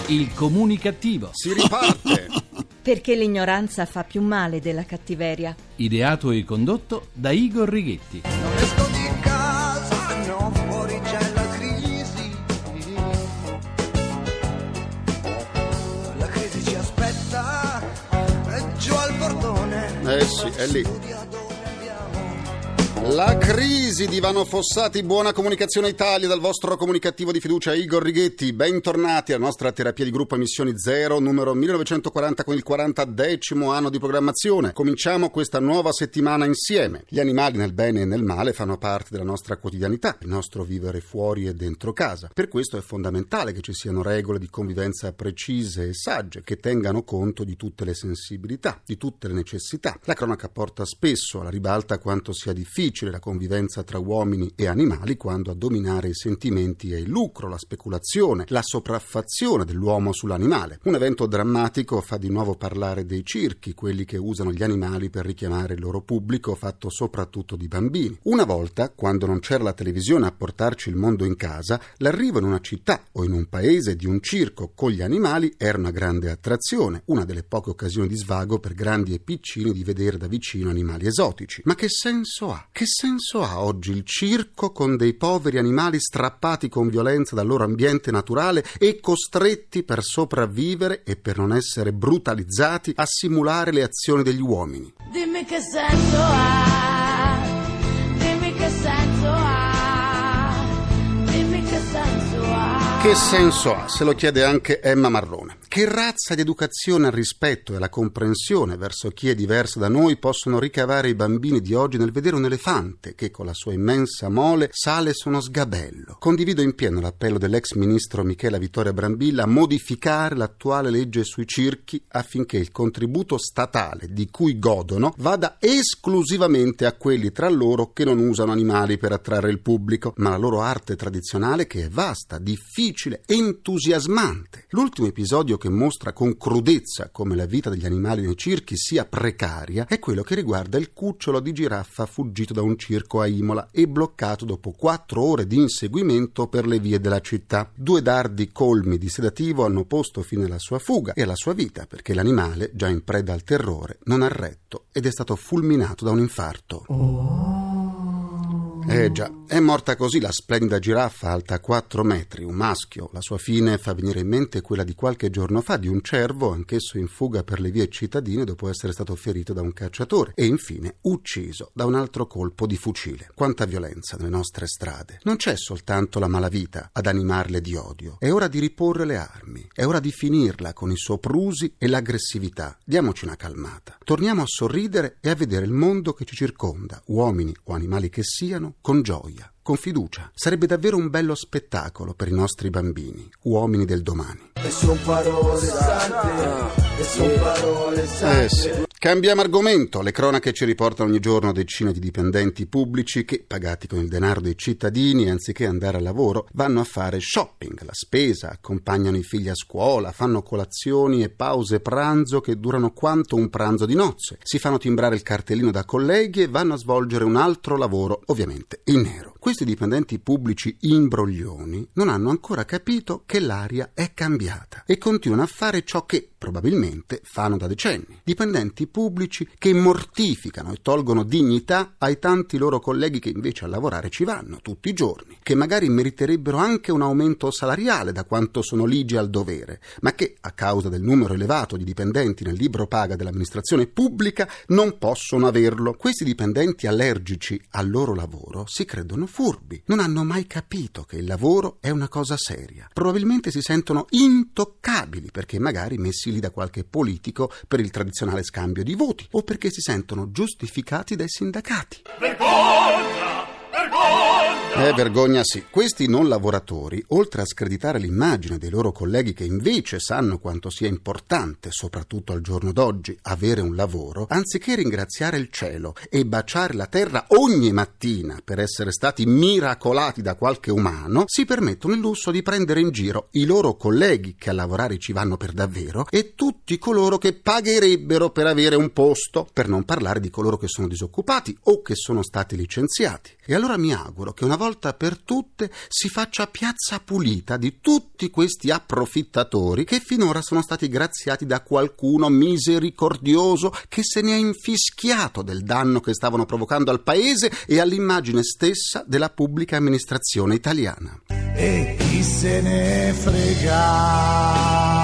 Il comunicativo. Si riparte. Perché l'ignoranza fa più male della cattiveria. Ideato e condotto da Igor Righetti. Non esco di casa, no, fuori c'è la crisi. La crisi ci aspetta, giù al portone. Sì, è lì. La crisi di Vano Fossati, buona comunicazione Italia, dal vostro comunicativo di fiducia Igor Righetti. Bentornati alla nostra terapia di gruppo Emissioni Zero, numero 1940 con il 40° anno di programmazione. Cominciamo questa nuova settimana insieme. Gli animali nel bene e nel male fanno parte della nostra quotidianità, il nostro vivere fuori e dentro casa. Per questo è fondamentale che ci siano regole di convivenza precise e sagge, che tengano conto di tutte le sensibilità, di tutte le necessità. La cronaca porta spesso alla ribalta quanto sia difficile la convivenza tra uomini e animali, quando a dominare i sentimenti è il lucro, la speculazione, la sopraffazione dell'uomo sull'animale. Un evento drammatico fa di nuovo parlare dei circhi, quelli che usano gli animali per richiamare il loro pubblico, fatto soprattutto di bambini. Una volta, quando non c'era la televisione a portarci il mondo in casa, l'arrivo in una città o in un paese di un circo con gli animali era una grande attrazione, una delle poche occasioni di svago per grandi e piccini di vedere da vicino animali esotici. Ma che senso ha? Che senso ha oggi il circo con dei poveri animali strappati con violenza dal loro ambiente naturale e costretti per sopravvivere e per non essere brutalizzati a simulare le azioni degli uomini? Dimmi che senso ha, dimmi che senso ha, dimmi che senso ha. Che senso ha? Se lo chiede anche Emma Marrone. Che razza di educazione al rispetto e alla comprensione verso chi è diverso da noi possono ricavare i bambini di oggi nel vedere un elefante che con la sua immensa mole sale su uno sgabello? Condivido in pieno l'appello dell'ex ministro Michela Vittoria Brambilla a modificare l'attuale legge sui circhi affinché il contributo statale di cui godono vada esclusivamente a quelli tra loro che non usano animali per attrarre il pubblico, ma la loro arte tradizionale, che è vasta, difficile, entusiasmante. L'ultimo episodio che mostra con crudezza come la vita degli animali nei circhi sia precaria è quello che riguarda il cucciolo di giraffa fuggito da un circo a Imola e bloccato dopo 4 ore di inseguimento per le vie della città. 2 dardi colmi di sedativo hanno posto fine alla sua fuga e alla sua vita, perché l'animale, già in preda al terrore, non ha retto ed è stato fulminato da un infarto. Già, è morta così la splendida giraffa alta 4 metri, un maschio. La sua fine fa venire in mente quella di qualche giorno fa di un cervo, anch'esso in fuga per le vie cittadine dopo essere stato ferito da un cacciatore e infine ucciso da un altro colpo di fucile. Quanta violenza nelle nostre strade. Non c'è soltanto la malavita ad animarle di odio. È ora di riporre le armi, è ora di finirla con i soprusi e l'aggressività. Diamoci una calmata. Torniamo a sorridere e a vedere il mondo che ci circonda, uomini o animali che siano, con gioia, con fiducia. Sarebbe davvero un bello spettacolo per i nostri bambini, uomini del domani. E son parole sante, e son parole sante. Sì. Cambiamo argomento. Le cronache ci riportano ogni giorno decine di dipendenti pubblici che, pagati con il denaro dei cittadini, anziché andare al lavoro, vanno a fare shopping, la spesa, accompagnano i figli a scuola, fanno colazioni e pause pranzo che durano quanto un pranzo di nozze, si fanno timbrare il cartellino da colleghi e vanno a svolgere un altro lavoro, ovviamente in nero. Questi dipendenti pubblici imbroglioni non hanno ancora capito che l'aria è cambiata e continuano a fare ciò che probabilmente fanno da decenni. Dipendenti pubblici che mortificano e tolgono dignità ai tanti loro colleghi che invece a lavorare ci vanno tutti i giorni, che magari meriterebbero anche un aumento salariale da quanto sono ligi al dovere, ma che a causa del numero elevato di dipendenti nel libro paga dell'amministrazione pubblica non possono averlo. Questi dipendenti allergici al loro lavoro si credono furbi, non hanno mai capito che il lavoro è una cosa seria. Probabilmente si sentono intoccabili perché magari messi lì da qualche politico per il tradizionale scambio di voti o perché si sentono giustificati dai sindacati. Vergogna! Vergogna! Vergogna sì. Questi non lavoratori, oltre a screditare l'immagine dei loro colleghi che invece sanno quanto sia importante, soprattutto al giorno d'oggi, avere un lavoro, anziché ringraziare il cielo e baciare la terra ogni mattina per essere stati miracolati da qualche umano, si permettono il lusso di prendere in giro i loro colleghi che a lavorare ci vanno per davvero e tutti coloro che pagherebbero per avere un posto, per non parlare di coloro che sono disoccupati o che sono stati licenziati. E allora mi auguro che una volta per tutte si faccia piazza pulita di tutti questi approfittatori che finora sono stati graziati da qualcuno misericordioso che se ne è infischiato del danno che stavano provocando al paese e all'immagine stessa della pubblica amministrazione italiana. E chi se ne frega?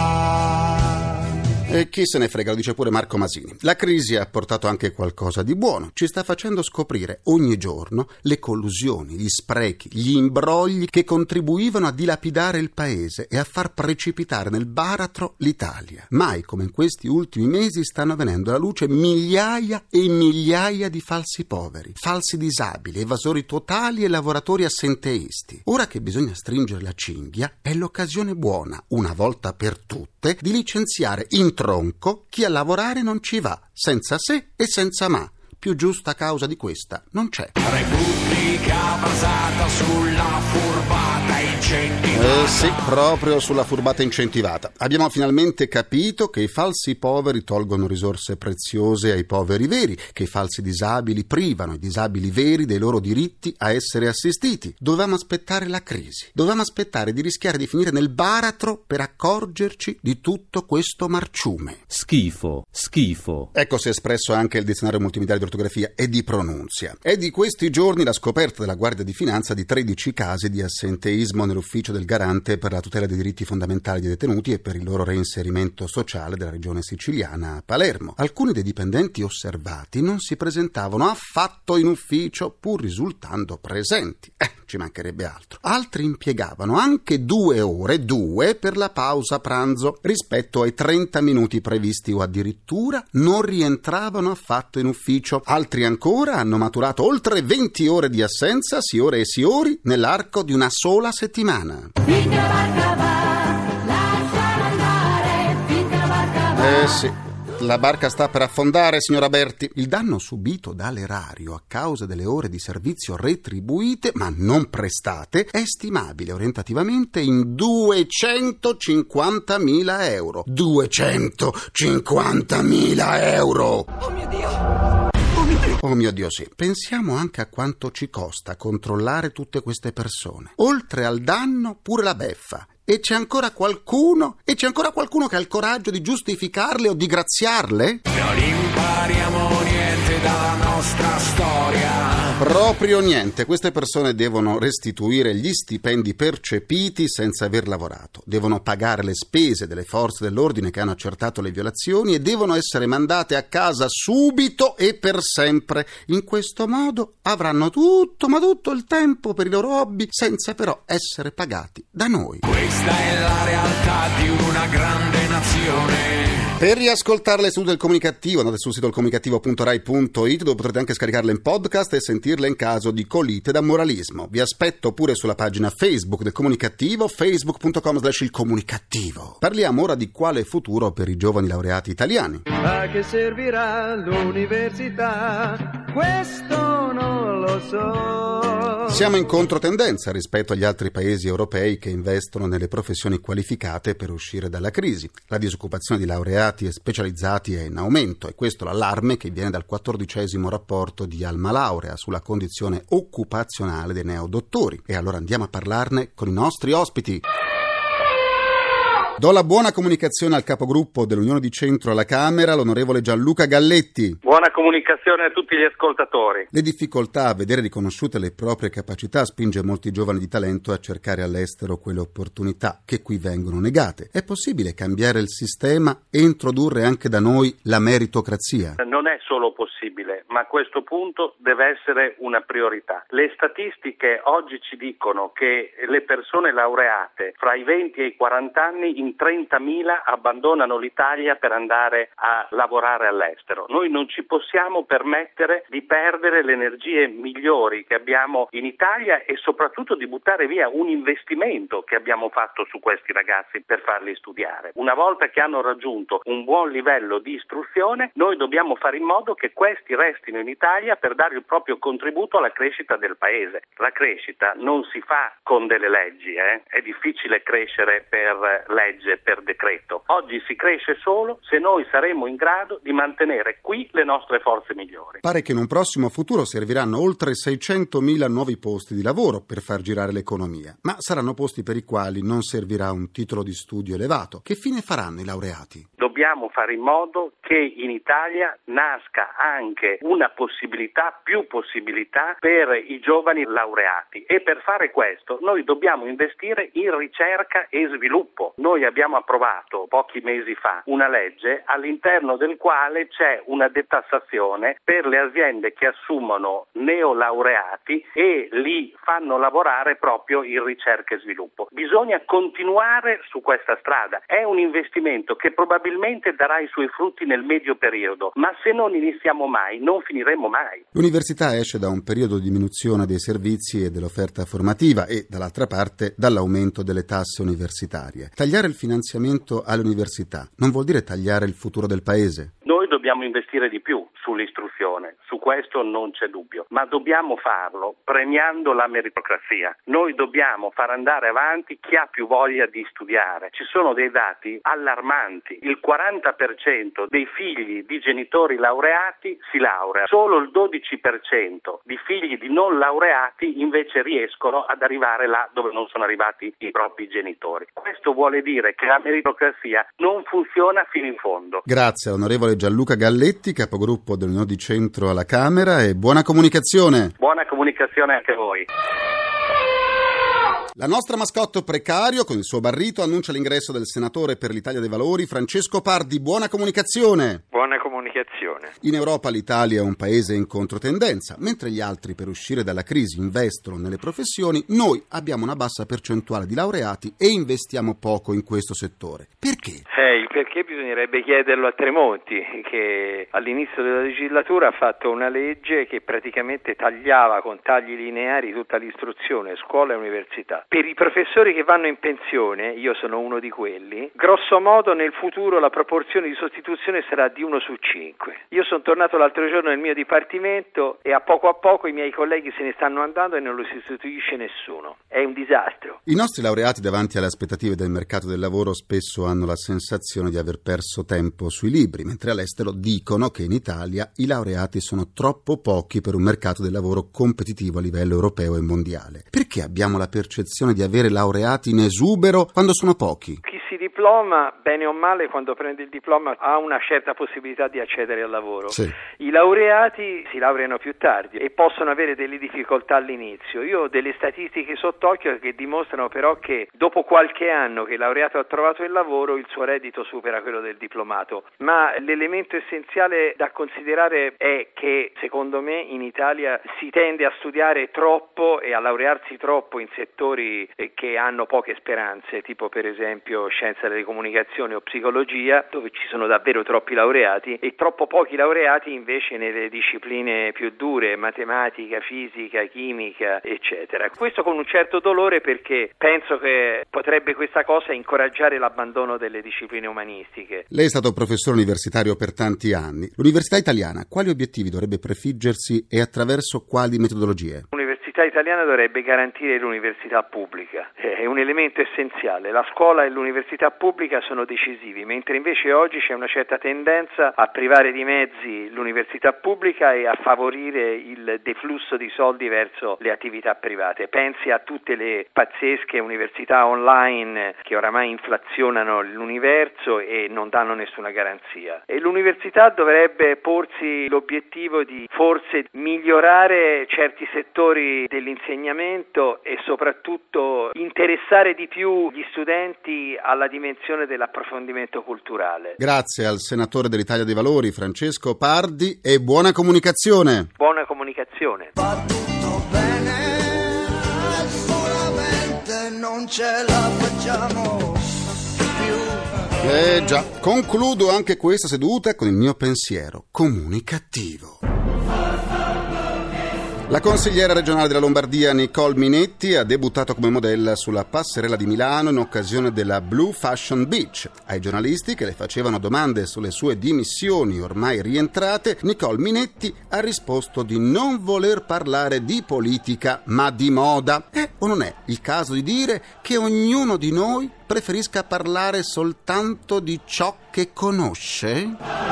E chi se ne frega, lo dice pure Marco Masini. La crisi ha portato anche qualcosa di buono. Ci sta facendo scoprire ogni giorno le collusioni, gli sprechi, gli imbrogli che contribuivano a dilapidare il paese e a far precipitare nel baratro l'Italia. Mai come in questi ultimi mesi stanno venendo alla luce migliaia e migliaia di falsi poveri, falsi disabili, evasori totali e lavoratori assenteisti. Ora che bisogna stringere la cinghia, è l'occasione buona, una volta per tutte, di licenziare in tronco chi a lavorare non ci va, senza se e senza ma. Più giusta causa di questa non c'è. Repubblica basata sulla furbata incentivata. Sì, proprio sulla furbata incentivata. Abbiamo finalmente capito che i falsi poveri tolgono risorse preziose ai poveri veri, che i falsi disabili privano i disabili veri dei loro diritti a essere assistiti. Dovevamo aspettare la crisi, dovevamo aspettare di rischiare di finire nel baratro per accorgerci di tutto questo marciume. Schifo, schifo. Ecco si è espresso anche il dizionario multimediale di ortografia e di pronunzia. È di questi giorni la scoperta della Guardia di Finanza di 13 casi di assenteismo nell'ufficio del Garante per la tutela dei diritti fondamentali dei detenuti e per il loro reinserimento sociale della regione siciliana a Palermo. Alcuni dei dipendenti osservati non si presentavano affatto in ufficio pur risultando presenti. Ci mancherebbe altro. Altri impiegavano anche 2 ore per la pausa pranzo rispetto ai 30 minuti previsti o addirittura non rientravano affatto in ufficio. Altri ancora hanno maturato oltre 20 ore di assenza, siore e siori, nell'arco di una sola settimana. Finché la barca va, lasciala andare, finché la barca va. Sì. La barca sta per affondare, signora Berti. Il danno subito dall'erario a causa delle ore di servizio retribuite, ma non prestate, è stimabile orientativamente in 250.000 euro. 250.000 euro! Oh mio Dio! Oh mio Dio, sì. Pensiamo anche a quanto ci costa controllare tutte queste persone. Oltre al danno, pure la beffa. E c'è ancora qualcuno che ha il coraggio di giustificarle o di graziarle? Non impariamo niente dalla nostra storia. Proprio niente. Queste persone devono restituire gli stipendi percepiti senza aver lavorato, devono pagare le spese delle forze dell'ordine che hanno accertato le violazioni e devono essere mandate a casa subito e per sempre. In questo modo avranno tutto il tempo per i loro hobby senza però essere pagati da noi. Questa è la realtà di una grande nazione. Per riascoltare le sedute del Comunicativo andate sul sito ilcomunicativo.rai.it, dove potrete anche scaricarle in podcast e sentirle in caso di colite da moralismo. Vi aspetto pure sulla pagina Facebook del Comunicativo, facebook.com/ilcomunicativo. Parliamo ora di quale futuro per i giovani laureati italiani. A che servirà l'università? Questo non lo so. Siamo in controtendenza rispetto agli altri paesi europei che investono nelle professioni qualificate per uscire dalla crisi. La disoccupazione di laureati e specializzati è in aumento e questo l'allarme che viene dal 14° rapporto di Alma Laurea sulla condizione occupazionale dei neodottori. E allora andiamo a parlarne con i nostri ospiti. Do la buona comunicazione al capogruppo dell'Unione di Centro alla Camera, l'onorevole Gianluca Galletti. Buona comunicazione a tutti gli ascoltatori. Le difficoltà a vedere riconosciute le proprie capacità spinge molti giovani di talento a cercare all'estero quelle opportunità che qui vengono negate. È possibile cambiare il sistema e introdurre anche da noi la meritocrazia? Non è solo possibile, ma a questo punto deve essere una priorità. Le statistiche oggi ci dicono che le persone laureate fra i 20 e i 40 anni in 30.000 abbandonano l'Italia per andare a lavorare all'estero. Noi non ci possiamo permettere di perdere le energie migliori che abbiamo in Italia e soprattutto di buttare via un investimento che abbiamo fatto su questi ragazzi per farli studiare. Una volta che hanno raggiunto un buon livello di istruzione, noi dobbiamo fare in modo che questi restino in Italia per dare il proprio contributo alla crescita del paese. La crescita non si fa con delle leggi, è difficile crescere per leggi. legge per decreto. Oggi si cresce solo se noi saremo in grado di mantenere qui le nostre forze migliori. Pare che in un prossimo futuro serviranno oltre 600.000 nuovi posti di lavoro per far girare l'economia, ma saranno posti per i quali non servirà un titolo di studio elevato. Che fine faranno i laureati? Dobbiamo fare in modo che in Italia nasca anche una possibilità, più possibilità per i giovani laureati, e per fare questo noi dobbiamo investire in ricerca e sviluppo. Noi abbiamo approvato pochi mesi fa una legge all'interno del quale c'è una detassazione per le aziende che assumono neolaureati e li fanno lavorare proprio in ricerca e sviluppo. Bisogna continuare su questa strada. È un investimento che probabilmente darà i suoi frutti nel medio periodo, ma se non iniziamo mai non finiremo mai. L'università esce da un periodo di diminuzione dei servizi e dell'offerta formativa e, dall'altra parte, dall'aumento delle tasse universitarie. Tagliare il finanziamento alle università non vuol dire tagliare il futuro del paese? Noi dobbiamo investire di più sull'istruzione, su questo non c'è dubbio, ma dobbiamo farlo premiando la meritocrazia. Noi dobbiamo far andare avanti chi ha più voglia di studiare. Ci sono dei dati allarmanti. Il 40% dei figli di genitori laureati si laurea, solo il 12% di figli di non laureati invece riescono ad arrivare là dove non sono arrivati i propri genitori. Questo vuole dire che la meritocrazia non funziona fino in fondo. Grazie all'onorevole Gianluca Galletti, capogruppo dell'Unione di Centro alla Camera, e buona comunicazione. Buona comunicazione anche a voi. La nostra mascotte Precario, con il suo barrito, annuncia l'ingresso del senatore per l'Italia dei Valori, Francesco Pardi. Buona comunicazione. Buona comunicazione. In Europa l'Italia è un paese in controtendenza. Mentre gli altri per uscire dalla crisi investono nelle professioni, noi abbiamo una bassa percentuale di laureati e investiamo poco in questo settore. Perché? Il perché bisognerebbe chiederlo a Tremonti, che all'inizio della legislatura ha fatto una legge che praticamente tagliava con tagli lineari tutta l'istruzione, scuola e università. Per i professori che vanno in pensione, io sono uno di quelli, grosso modo nel futuro la proporzione di sostituzione sarà di 1 su 5. Io sono tornato l'altro giorno nel mio dipartimento e a poco i miei colleghi se ne stanno andando e non lo sostituisce nessuno. È un disastro. I nostri laureati, davanti alle aspettative del mercato del lavoro, spesso hanno la sensazione di aver perso tempo sui libri, mentre all'estero dicono che in Italia i laureati sono troppo pochi per un mercato del lavoro competitivo a livello europeo e mondiale. Perché abbiamo la percezione di avere laureati in esubero quando sono pochi? Chi si diploma, bene o male, quando prende il diploma ha una certa possibilità di accedere al lavoro. Sì. I laureati si laureano più tardi e possono avere delle difficoltà all'inizio. Io ho delle statistiche sott'occhio che dimostrano però che dopo qualche anno che il laureato ha trovato il lavoro, il suo reddito supera quello del diplomato. Ma l'elemento essenziale da considerare è che, secondo me, in Italia si tende a studiare troppo e a laurearsi troppo in settori che hanno poche speranze, tipo per esempio scienza delle comunicazioni o psicologia, dove ci sono davvero troppi laureati, e troppo pochi laureati invece nelle discipline più dure, matematica, fisica, chimica, eccetera. Questo con un certo dolore, perché penso che potrebbe questa cosa incoraggiare l'abbandono delle discipline umanistiche. Lei è stato professore universitario per tanti anni. L'università italiana quali obiettivi dovrebbe prefiggersi e attraverso quali metodologie? L'università italiana dovrebbe garantire l'università pubblica, è un elemento essenziale. La scuola e l'università pubblica sono decisivi, mentre invece oggi c'è una certa tendenza a privare di mezzi l'università pubblica e a favorire il deflusso di soldi verso le attività private. Pensi a tutte le pazzesche università online che oramai inflazionano l'universo e non danno nessuna garanzia. E l'università dovrebbe porsi l'obiettivo di forse migliorare certi settori dell'insegnamento e soprattutto interessare di più gli studenti alla dimensione dell'approfondimento culturale. Grazie al senatore dell'Italia dei Valori, Francesco Pardi, e buona comunicazione. Buona comunicazione. Va tutto bene, solamente non ce la facciamo più. Già, concludo anche questa seduta con il mio pensiero comunicativo. La consigliera regionale della Lombardia Nicole Minetti ha debuttato come modella sulla passerella di Milano in occasione della Blue Fashion Beach. Ai giornalisti che le facevano domande sulle sue dimissioni ormai rientrate, Nicole Minetti ha risposto di non voler parlare di politica ma di moda. O non è il caso di dire che ognuno di noi preferisca parlare soltanto di ciò che conosce?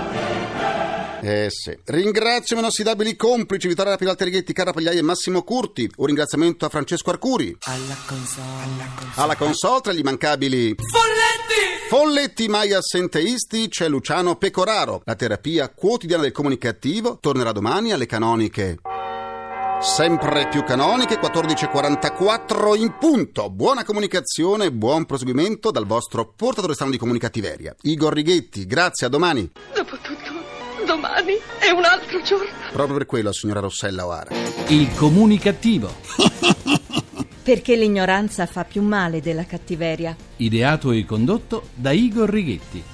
Sì. Ringrazio i miei inossidabili complici Vittorio Rapiralti Righetti, Carla Pagliai e Massimo Curti. Un ringraziamento a Francesco Arcuri. Alla console tra gli immancabili Folletti mai assenteisti c'è Luciano Pecoraro. La terapia quotidiana del comunicativo tornerà domani alle canoniche. Sempre più canoniche, 14:44 in punto. Buona comunicazione e buon proseguimento dal vostro portatore strano di comunicattiveria, Igor Righetti. Grazie, a domani. Dopotutto, domani è un altro giorno. Proprio per quello, signora Rossella O'Hara. Il comunicativo. Perché l'ignoranza fa più male della cattiveria. Ideato e condotto da Igor Righetti.